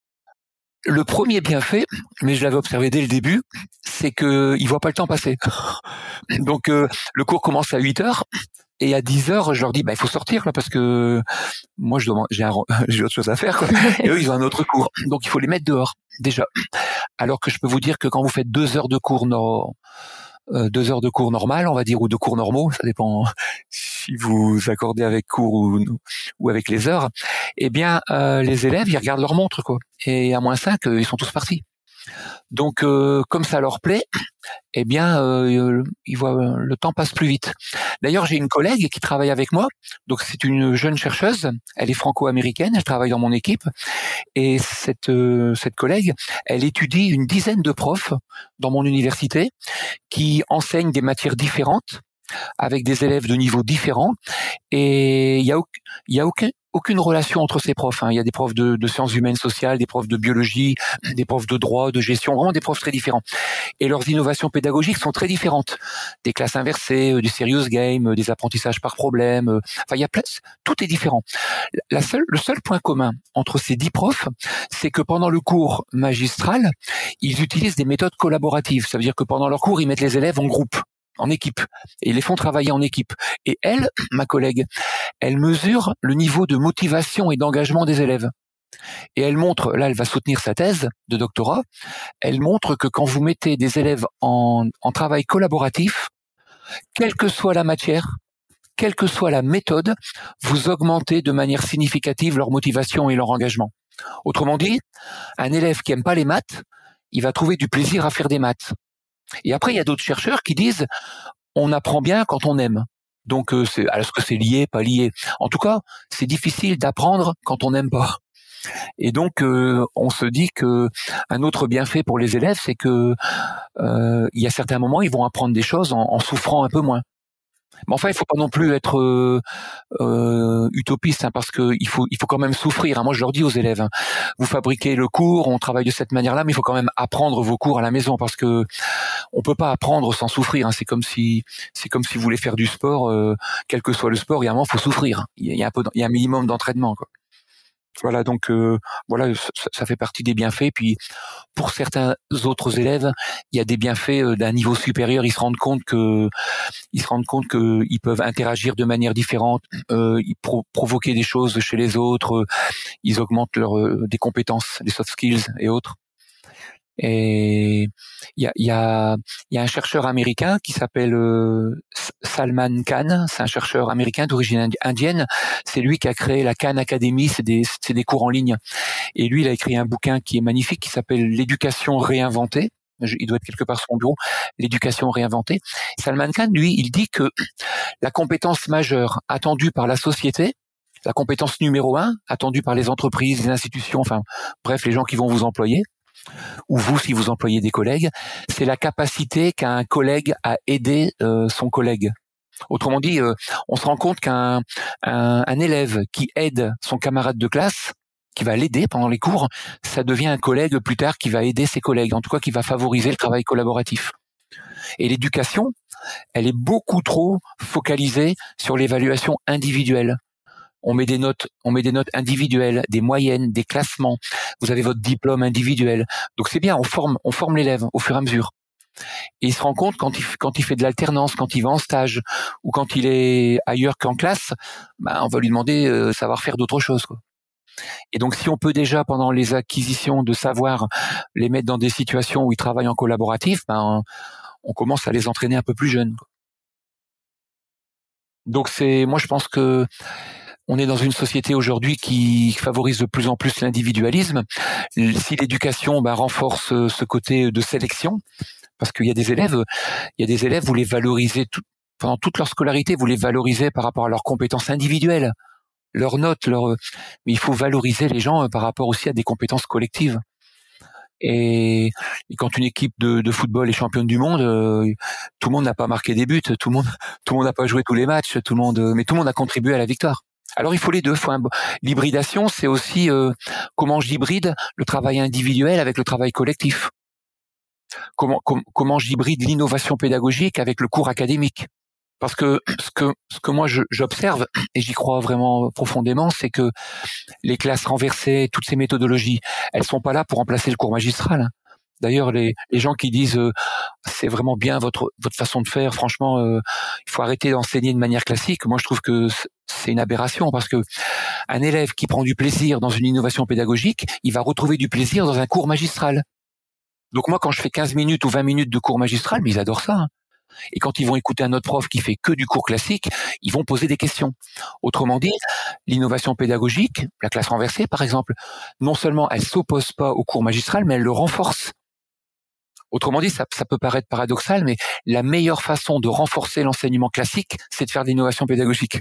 B: Le premier bienfait, mais je l'avais observé dès le début, c'est que ils voient pas le temps passer. Donc euh, le cours commence à huit heures et à dix heures, je leur dis bah il faut sortir là parce que moi je dois, j'ai, un, j'ai autre chose à faire quoi. Et eux ils ont un autre cours. Donc il faut les mettre dehors déjà. Alors que je peux vous dire que quand vous faites deux heures de cours no, euh, deux heures de cours normal, on va dire, ou de cours normaux, ça dépend si vous accordez avec cours ou, ou avec les heures, eh bien euh, les élèves ils regardent leur montre quoi. Et à moins cinq, euh, ils sont tous partis. Donc euh, comme ça leur plaît, eh bien euh, ils voient euh, le temps passe plus vite. D'ailleurs, j'ai une collègue qui travaille avec moi. Donc c'est une jeune chercheuse, elle est franco-américaine, elle travaille dans mon équipe et cette euh, cette collègue, elle étudie une dizaine de profs dans mon université qui enseignent des matières différentes avec des élèves de niveaux différents et il y a il y a aucun aucune relation entre ces profs. Hein. Il y a des profs de, de sciences humaines sociales, des profs de biologie, des profs de droit, de gestion, vraiment des profs très différents. Et leurs innovations pédagogiques sont très différentes. Des classes inversées, du serious game, des apprentissages par problème. Enfin, il y a plein, tout est différent. La seule, le seul point commun entre ces dix profs, c'est que pendant le cours magistral, ils utilisent des méthodes collaboratives. Ça veut dire que pendant leur cours, ils mettent les élèves en groupe, en équipe, et ils les font travailler en équipe. Et elle, ma collègue, elle mesure le niveau de motivation et d'engagement des élèves. Et elle montre, là elle va soutenir sa thèse de doctorat, elle montre que quand vous mettez des élèves en, en travail collaboratif, quelle que soit la matière, quelle que soit la méthode, vous augmentez de manière significative leur motivation et leur engagement. Autrement dit, un élève qui aime pas les maths, il va trouver du plaisir à faire des maths. Et après, il y a d'autres chercheurs qui disent on apprend bien quand on aime. Donc, euh, c'est, est-ce que c'est lié, pas lié ? En tout cas, c'est difficile d'apprendre quand on n'aime pas. Et donc, euh, on se dit que un autre bienfait pour les élèves, c'est que euh, il y a certains moments, ils vont apprendre des choses en, en souffrant un peu moins. Mais enfin, il faut pas non plus être euh, euh, utopiste, hein, parce que il faut, il faut quand même souffrir. Hein. Moi, je leur dis aux élèves, hein, vous fabriquez le cours, on travaille de cette manière-là, mais il faut quand même apprendre vos cours à la maison, parce que on peut pas apprendre sans souffrir. Hein. C'est comme si, c'est comme si vous voulez faire du sport, euh, quel que soit le sport, il y a un moment, faut souffrir. Hein. Il y a un peu, il y a un minimum d'entraînement, quoi. Voilà, donc euh, voilà, ça, ça fait partie des bienfaits. Puis pour certains autres élèves, il y a des bienfaits d'un niveau supérieur. Ils se rendent compte que, ils se rendent compte que ils peuvent interagir de manière différente, euh, ils pro- provoquer des choses chez les autres, euh, ils augmentent leurs euh, des compétences, des soft skills et autres. Et il y a, il y a, il y a un chercheur américain qui s'appelle euh, Salman Khan. C'est un chercheur américain d'origine indienne. C'est lui qui a créé la Khan Academy. C'est des, c'est des cours en ligne. Et lui, il a écrit un bouquin qui est magnifique, qui s'appelle L'éducation réinventée. Il doit être quelque part sur son bureau. L'éducation réinventée. Salman Khan, lui, il dit que la compétence majeure attendue par la société, la compétence numéro un attendue par les entreprises, les institutions, enfin bref, les gens qui vont vous employer, ou vous si vous employez des collègues, c'est la capacité qu'a un collègue à aider euh, son collègue. Autrement dit, euh, on se rend compte qu'un un, un élève qui aide son camarade de classe, qui va l'aider pendant les cours, ça devient un collègue plus tard qui va aider ses collègues, en tout cas qui va favoriser le travail collaboratif. Et l'éducation, elle est beaucoup trop focalisée sur l'évaluation individuelle. On met des notes, on met des notes individuelles, des moyennes, des classements. Vous avez votre diplôme individuel. Donc c'est bien, on forme, on forme l'élève au fur et à mesure. Et il se rend compte quand il, quand il fait de l'alternance, quand il va en stage ou quand il est ailleurs qu'en classe, bah, on va lui demander euh, savoir faire d'autres choses, quoi. Et donc si on peut déjà pendant les acquisitions de savoir les mettre dans des situations où ils travaillent en collaboratif, ben on, on commence à les entraîner un peu plus jeunes, quoi. Donc c'est, moi je pense que on est dans une société aujourd'hui qui favorise de plus en plus l'individualisme. Si l'éducation bah, renforce ce côté de sélection, parce qu'il y a des élèves, il y a des élèves, vous les valorisez tout, pendant toute leur scolarité, vous les valorisez par rapport à leurs compétences individuelles, leurs notes, leurs, mais il faut valoriser les gens par rapport aussi à des compétences collectives. Et, et quand une équipe de, de football est championne du monde, euh, tout le monde n'a pas marqué des buts, tout le monde, tout le monde n'a pas joué tous les matchs, tout le monde, mais tout le monde a contribué à la victoire. Alors il faut les deux. Faut un... L'hybridation, c'est aussi euh, comment j'hybride le travail individuel avec le travail collectif. Comment com- comment j'hybride l'innovation pédagogique avec le cours académique. Parce que ce que ce que moi je, j'observe et j'y crois vraiment profondément, c'est que les classes renversées, toutes ces méthodologies, elles sont pas là pour remplacer le cours magistral. D'ailleurs, les, les gens qui disent euh, c'est vraiment bien votre votre façon de faire, franchement, euh, il faut arrêter d'enseigner de manière classique. Moi, je trouve que c'est une aberration parce que un élève qui prend du plaisir dans une innovation pédagogique, il va retrouver du plaisir dans un cours magistral. Donc moi, quand je fais quinze minutes ou vingt minutes de cours magistral, mais ils adorent ça. Hein. Et quand ils vont écouter un autre prof qui fait que du cours classique, ils vont poser des questions. Autrement dit, l'innovation pédagogique, la classe renversée par exemple, non seulement elle s'oppose pas au cours magistral, mais elle le renforce. Autrement dit, ça, ça peut paraître paradoxal, mais la meilleure façon de renforcer l'enseignement classique, c'est de faire de l'innovation pédagogique.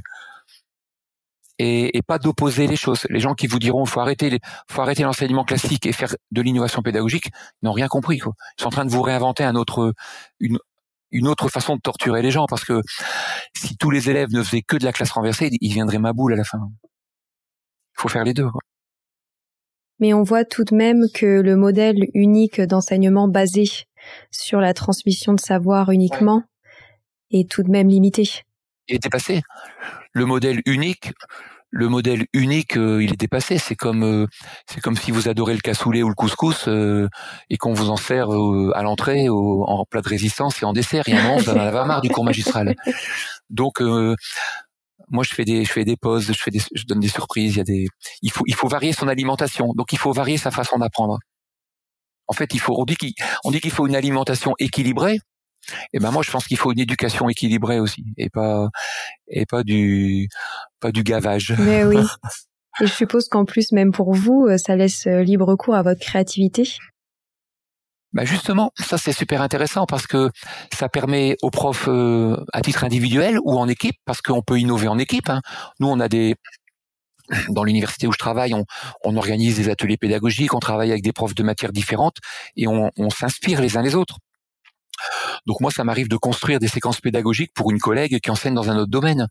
B: Et, et pas d'opposer les choses. Les gens qui vous diront faut arrêter, les, faut arrêter l'enseignement classique et faire de l'innovation pédagogique, n'ont rien compris, quoi. Ils sont en train de vous réinventer un autre, une, une autre façon de torturer les gens, parce que si tous les élèves ne faisaient que de la classe renversée, ils viendraient ma boule à la fin. Il faut faire les deux, quoi.
A: Mais on voit tout de même que le modèle unique d'enseignement basé sur la transmission de savoir uniquement ouais. est tout de même limité.
B: Il est dépassé. Le modèle unique, le modèle unique, euh, il est dépassé. C'est comme, euh, c'est comme si vous adorez le cassoulet ou le couscous euh, et qu'on vous en sert euh, à l'entrée, au, en plat de résistance et en dessert. Il y a un moment, vous en avez marre du cours magistral. Donc euh, moi, je fais des, je fais des pauses, je fais des, je donne des surprises. Il y a des, il faut, il faut varier son alimentation. Donc, il faut varier sa façon d'apprendre. En fait, il faut, on dit qu'il, on dit qu'il faut une alimentation équilibrée. Et ben moi, je pense qu'il faut une éducation équilibrée aussi, et pas, et pas du, pas du gavage.
A: Mais oui. Et je suppose qu'en plus, même pour vous, ça laisse libre cours à votre créativité.
B: Ben justement, ça c'est super intéressant parce que ça permet aux profs euh, à titre individuel ou en équipe, parce qu'on peut innover en équipe. Hein. Nous, on a des dans l'université où je travaille, on, on organise des ateliers pédagogiques, on travaille avec des profs de matières différentes et on, on s'inspire les uns les autres. Donc moi, ça m'arrive de construire des séquences pédagogiques pour une collègue qui enseigne dans un autre domaine.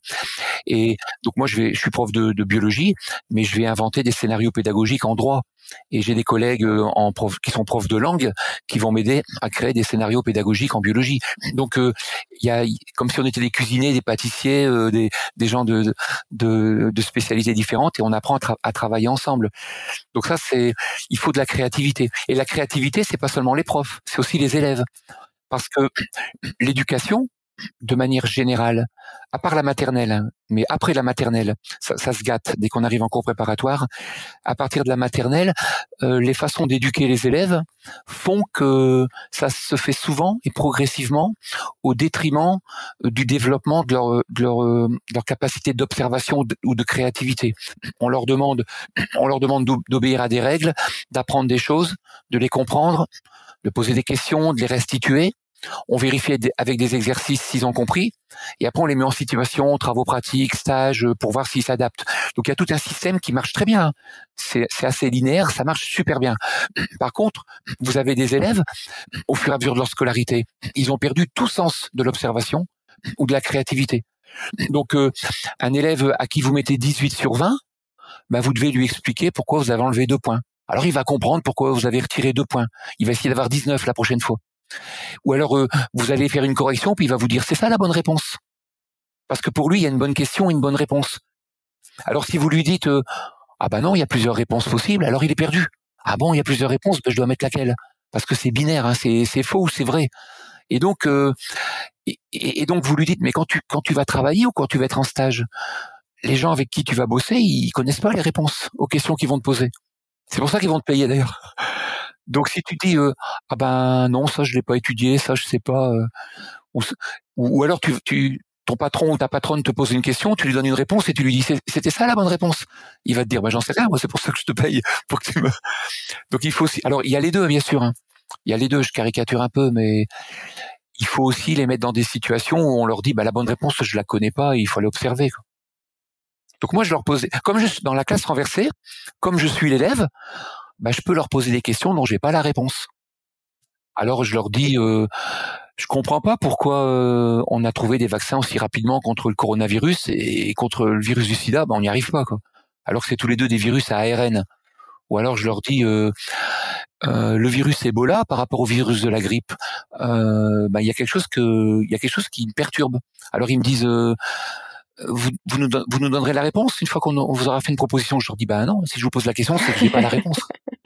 B: Et donc moi, je vais, je suis prof de, de biologie, mais je vais inventer des scénarios pédagogiques en droit. Et j'ai des collègues en prof, qui sont profs de langue qui vont m'aider à créer des scénarios pédagogiques en biologie. Donc il euh, y a comme si on était des cuisiniers, des pâtissiers, euh, des, des gens de, de, de spécialités différentes, et on apprend à, tra- à travailler ensemble. Donc ça, c'est, il faut de la créativité. Et la créativité, c'est pas seulement les profs, c'est aussi les élèves. Parce que l'éducation, de manière générale, à part la maternelle, hein, mais après la maternelle, ça, ça se gâte dès qu'on arrive en cours préparatoire. À partir de la maternelle, euh, les façons d'éduquer les élèves font que ça se fait souvent et progressivement au détriment euh, du développement de leur, de leur, euh, de leur capacité d'observation ou de, ou de créativité. On leur demande, on leur demande d'obéir à des règles, d'apprendre des choses, de les comprendre, de poser des questions, de les restituer. On vérifie avec des exercices s'ils ont compris, et après on les met en situation, travaux pratiques, stages, pour voir s'ils s'adaptent. Donc il y a tout un système qui marche très bien. C'est, c'est assez linéaire, ça marche super bien. Par contre, vous avez des élèves, au fur et à mesure de leur scolarité, ils ont perdu tout sens de l'observation ou de la créativité. Donc euh, un élève à qui vous mettez dix-huit sur vingt, bah, vous devez lui expliquer pourquoi vous avez enlevé deux points. Alors il va comprendre pourquoi vous avez retiré deux points. Il va essayer d'avoir dix-neuf la prochaine fois. Ou alors euh, vous allez faire une correction, puis il va vous dire c'est ça la bonne réponse. Parce que pour lui, il y a une bonne question et une bonne réponse. Alors si vous lui dites euh, ah bah non, il y a plusieurs réponses possibles, alors il est perdu. Ah bon, il y a plusieurs réponses, ben je dois mettre laquelle? Parce que c'est binaire, hein, c'est, c'est faux ou c'est vrai. Et donc euh, et, et donc vous lui dites mais quand tu quand tu vas travailler ou quand tu vas être en stage, les gens avec qui tu vas bosser, ils connaissent pas les réponses aux questions qu'ils vont te poser. C'est pour ça qu'ils vont te payer d'ailleurs. Donc si tu dis euh, ah ben non, ça je l'ai pas étudié, ça je sais pas, euh, ou, ou alors tu, tu ton patron ou ta patronne te pose une question, tu lui donnes une réponse et tu lui dis c'était ça la bonne réponse. Il va te dire bah j'en sais rien, moi c'est pour ça que je te paye pour que tu me. Donc il faut aussi. Alors il y a les deux bien sûr. Hein. Il y a les deux. Je caricature un peu, mais il faut aussi les mettre dans des situations où on leur dit bah la bonne réponse je la connais pas, et il faut aller observer. Quoi. Donc moi je leur pose comme je suis dans la classe renversée, comme je suis l'élève. Bah, je peux leur poser des questions dont j'ai pas la réponse. Alors je leur dis, euh, je comprends pas pourquoi euh, on a trouvé des vaccins aussi rapidement contre le coronavirus et, et contre le virus du sida, bah, on n'y arrive pas quoi. Alors que c'est tous les deux des virus à A R N. Ou alors je leur dis, euh, euh, le virus Ebola par rapport au virus de la grippe, euh, bah, il y a quelque chose que, il y a quelque chose qui me perturbe. Alors ils me disent. Euh, Vous, vous, nous, vous nous donnerez la réponse une fois qu'on on vous aura fait une proposition. Je leur dis, bah non, si je vous pose la question, c'est que j'ai pas la réponse.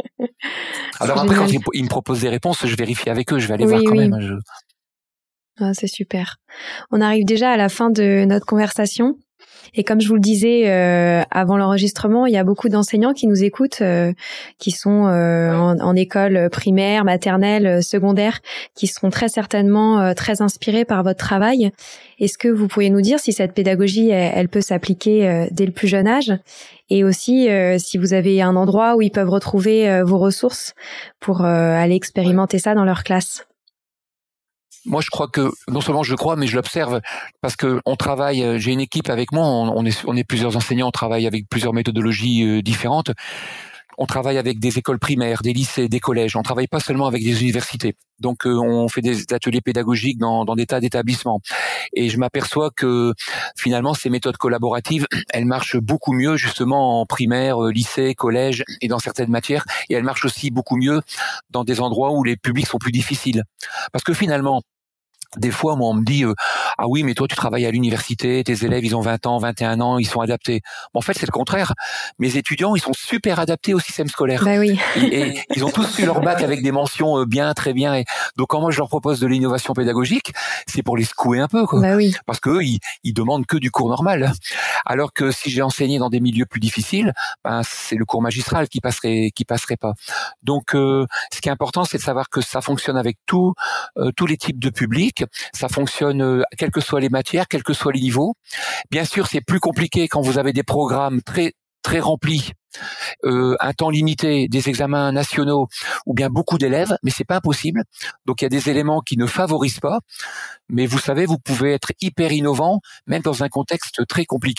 B: Alors après, génial. Quand ils, ils me proposent des réponses, je vérifie avec eux, je vais aller oui, voir quand oui. même. Je...
A: Ah, c'est super. On arrive déjà à la fin de notre conversation. Et comme je vous le disais euh, avant l'enregistrement, il y a beaucoup d'enseignants qui nous écoutent, euh, qui sont euh, en, en école primaire, maternelle, secondaire, qui seront très certainement euh, très inspirés par votre travail. Est-ce que vous pourriez nous dire si cette pédagogie, elle, elle peut s'appliquer euh, dès le plus jeune âge, et aussi euh, si vous avez un endroit où ils peuvent retrouver euh, vos ressources pour euh, aller expérimenter ça dans leur classe?
B: Moi, je crois que non seulement je le crois, mais je l'observe parce que on travaille. J'ai une équipe avec moi. On, on est, on est plusieurs enseignants. On travaille avec plusieurs méthodologies euh, différentes. On travaille avec des écoles primaires, des lycées, des collèges. On travaille pas seulement avec des universités. Donc, euh, on fait des ateliers pédagogiques dans, dans des tas d'établissements. Et je m'aperçois que finalement, ces méthodes collaboratives, elles marchent beaucoup mieux justement en primaire, lycée, collège et dans certaines matières. Et elles marchent aussi beaucoup mieux dans des endroits où les publics sont plus difficiles. Parce que finalement, des fois, moi, on me dit euh, « Ah oui, mais toi, tu travailles à l'université, tes élèves, ils ont vingt ans, vingt et un ans, ils sont adaptés. » Bon, en fait, c'est le contraire. Mes étudiants, ils sont super adaptés au système scolaire.
A: Bah oui.
B: et, et ils ont tous eu leur bac avec des mentions euh, bien, très bien. Et donc, quand moi, je leur propose de l'innovation pédagogique, c'est pour les secouer un peu, quoi.
A: Bah oui.
B: Parce qu'eux, ils, ils demandent que du cours normal. Alors que si j'ai enseigné dans des milieux plus difficiles, ben, c'est le cours magistral qui passerait, qui passerait pas. Donc, euh, ce qui est important, c'est de savoir que ça fonctionne avec tout, euh, tous les types de publics. Ça fonctionne euh, quelles que soient les matières, quels que soient les niveaux. Bien sûr, c'est plus compliqué quand vous avez des programmes très très remplis, euh, un temps limité, des examens nationaux ou bien beaucoup d'élèves, mais c'est pas impossible. Donc il y a des éléments qui ne favorisent pas, mais vous savez, vous pouvez être hyper innovant même dans un contexte très compliqué.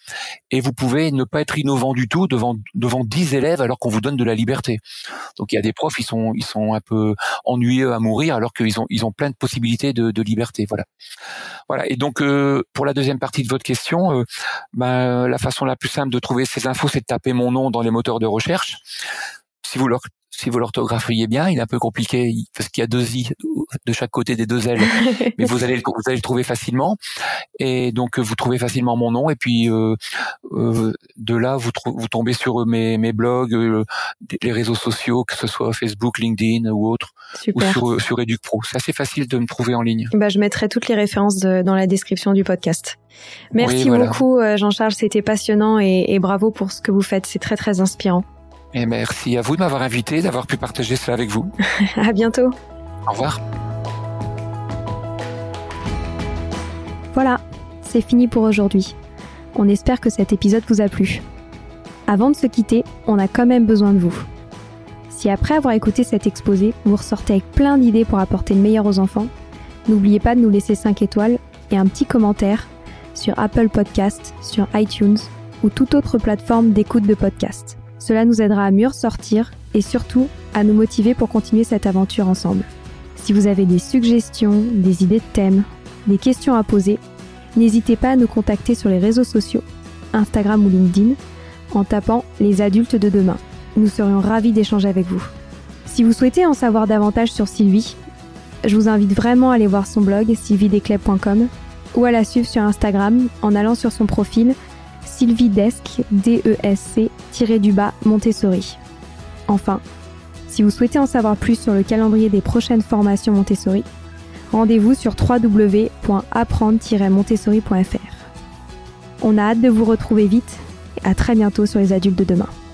B: et vous pouvez ne pas être innovant du tout devant devant dix élèves alors qu'on vous donne de la liberté. Donc il y a des profs, ils sont ils sont un peu ennuyeux à mourir alors qu'ils ont ils ont plein de possibilités de, de liberté. Voilà. Voilà. Et donc euh, pour la deuxième partie de votre question, euh, ben, la façon la plus simple de trouver ces infos, c'est de taper mon nom dans les moteurs de recherche. Si vous leur Si vous l'orthographiez bien, il est un peu compliqué parce qu'il y a deux i de chaque côté des deux L, mais vous allez vous allez le trouver facilement. Et donc vous trouvez facilement mon nom et puis euh, euh, de là vous trou- vous tombez sur mes mes blogs, euh, les réseaux sociaux, que ce soit Facebook, LinkedIn ou autre,
A: Super.
B: ou sur sur EducPro. C'est assez facile de me trouver en ligne.
A: Bah, je mettrai toutes les références de, dans la description du podcast. Merci
B: oui, voilà.
A: beaucoup Jean-Charles, c'était passionnant et, et bravo pour ce que vous faites, c'est très très inspirant.
B: Et merci à vous de m'avoir invité, d'avoir pu partager cela avec vous.
A: À bientôt.
B: Au revoir.
A: Voilà, c'est fini pour aujourd'hui. On espère que cet épisode vous a plu. Avant de se quitter, on a quand même besoin de vous. Si après avoir écouté cet exposé, vous ressortez avec plein d'idées pour apporter le meilleur aux enfants, n'oubliez pas de nous laisser cinq étoiles et un petit commentaire sur Apple Podcasts, sur iTunes ou toute autre plateforme d'écoute de podcast. Cela nous aidera à mieux ressortir et surtout à nous motiver pour continuer cette aventure ensemble. Si vous avez des suggestions, des idées de thèmes, des questions à poser, n'hésitez pas à nous contacter sur les réseaux sociaux, Instagram ou LinkedIn, en tapant « Les adultes de demain ». Nous serions ravis d'échanger avec vous. Si vous souhaitez en savoir davantage sur Sylvie, je vous invite vraiment à aller voir son blog sylvie desclés point com ou à la suivre sur Instagram en allant sur son profil Sylvie Desc, D E S C, tiré du bas, Montessori. Enfin, si vous souhaitez en savoir plus sur le calendrier des prochaines formations Montessori, rendez-vous sur w w w point apprendre tiret montessori point f r. On a hâte de vous retrouver vite et à très bientôt sur les adultes de demain.